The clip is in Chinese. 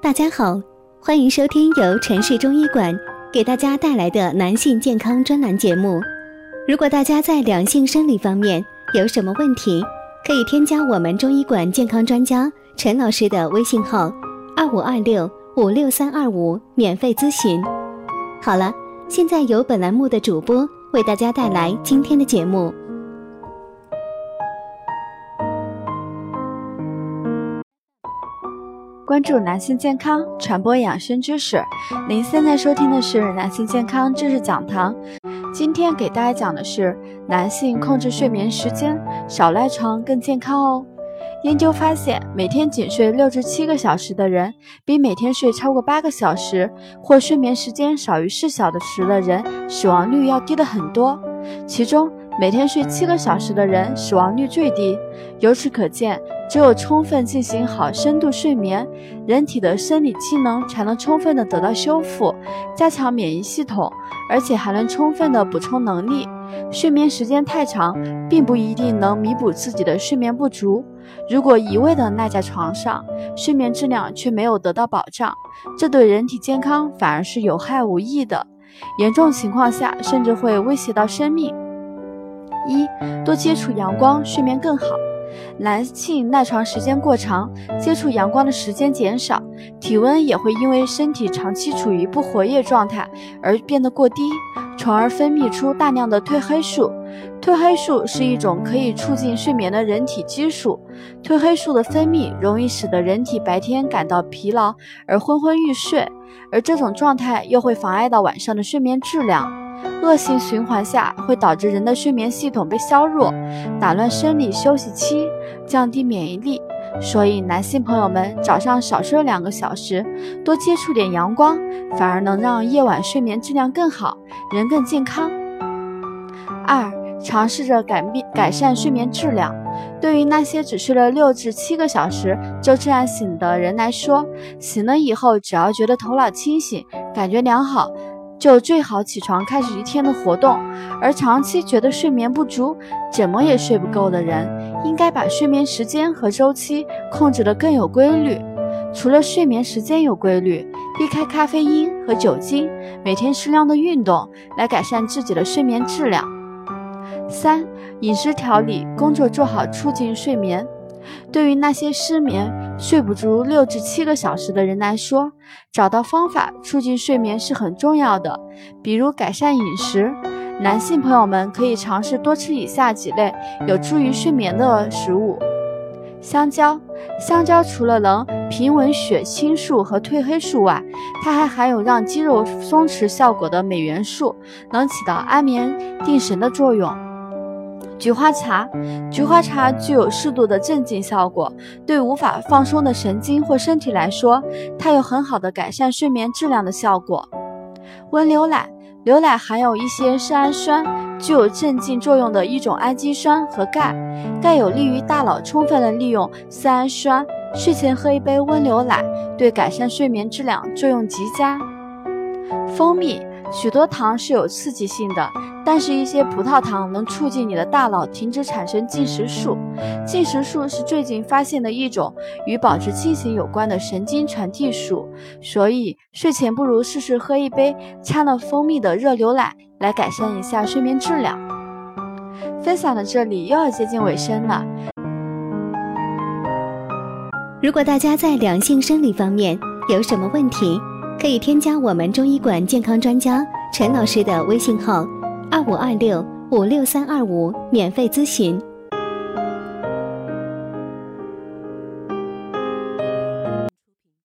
大家好，欢迎收听由城市中医馆给大家带来的男性健康专栏节目。如果大家在两性生理方面有什么问题，可以添加我们中医馆健康专家陈老师的微信号2526-56325免费咨询。好了，现在由本栏目的主播为大家带来今天的节目。 关注男性健康，传播养生知识。您现在收听的是男性健康知识讲堂。今天给大家讲的是男性控制睡眠时间，少赖床更健康哦。研究发现，每天仅睡6至7个小时的人，比每天睡超过8个小时或睡眠时间少于4小时的人，死亡率要低得很多。其中每天睡7个小时的人死亡率最低。由此可见，只有充分进行好深度睡眠，人体的生理机能才能充分的得到修复，加强免疫系统，而且还能充分的补充能力。睡眠时间太长，并不一定能弥补自己的睡眠不足。如果一味的赖在床上，睡眠质量却没有得到保障，这对人体健康反而是有害无益的，严重情况下甚至会威胁到生命。多接触阳光，睡眠更好。男性赖床时间过长，接触阳光的时间减少，体温也会因为身体长期处于不活跃状态而变得过低，从而分泌出大量的褪黑素。褪黑素是一种可以促进睡眠的人体激素，褪黑素的分泌容易使得人体白天感到疲劳而昏昏欲睡，而这种状态又会妨碍到晚上的睡眠质量。恶性循环下会导致人的睡眠系统被削弱，打乱生理休息期，降低免疫力。所以男性朋友们早上少睡2个小时，多接触点阳光，反而能让夜晚睡眠质量更好，人更健康。尝试着改善睡眠质量。对于那些只睡了6至7个小时就自然醒的人来说，醒了以后只要觉得头脑清醒，感觉良好，就最好起床开始一天的活动。而长期觉得睡眠不足，怎么也睡不够的人，应该把睡眠时间和周期控制得更有规律。除了睡眠时间有规律，避开咖啡因和酒精，每天适量的运动，来改善自己的睡眠质量。饮食调理，工作做好，促进睡眠。对于那些失眠、睡不足6至7个小时的人来说，找到方法促进睡眠是很重要的，比如改善饮食。男性朋友们可以尝试多吃以下几类有助于睡眠的食物。香蕉除了能平稳血清素和褪黑素外，它还含有让肌肉松弛效果的镁元素，能起到安眠定神的作用。菊花茶具有适度的镇静效果，对无法放松的神经或身体来说，它有很好的改善睡眠质量的效果。温牛奶含有一些色氨酸，具有镇静作用的一种氨基酸和钙有利于大脑充分的利用色氨酸。睡前喝一杯温牛奶，对改善睡眠质量作用极佳。蜂蜜，许多糖是有刺激性的，但是一些葡萄糖能促进你的大脑停止产生进食素。进食素是最近发现的一种与保持清醒有关的神经传递素，所以睡前不如试试喝一杯掺了蜂蜜的热牛奶，来改善一下睡眠质量。分享到这里又要接近尾声了。 如果大家在两性生理方面有什么问题，可以添加我们中医馆健康专家陈老师的微信号2526-56325免费咨询。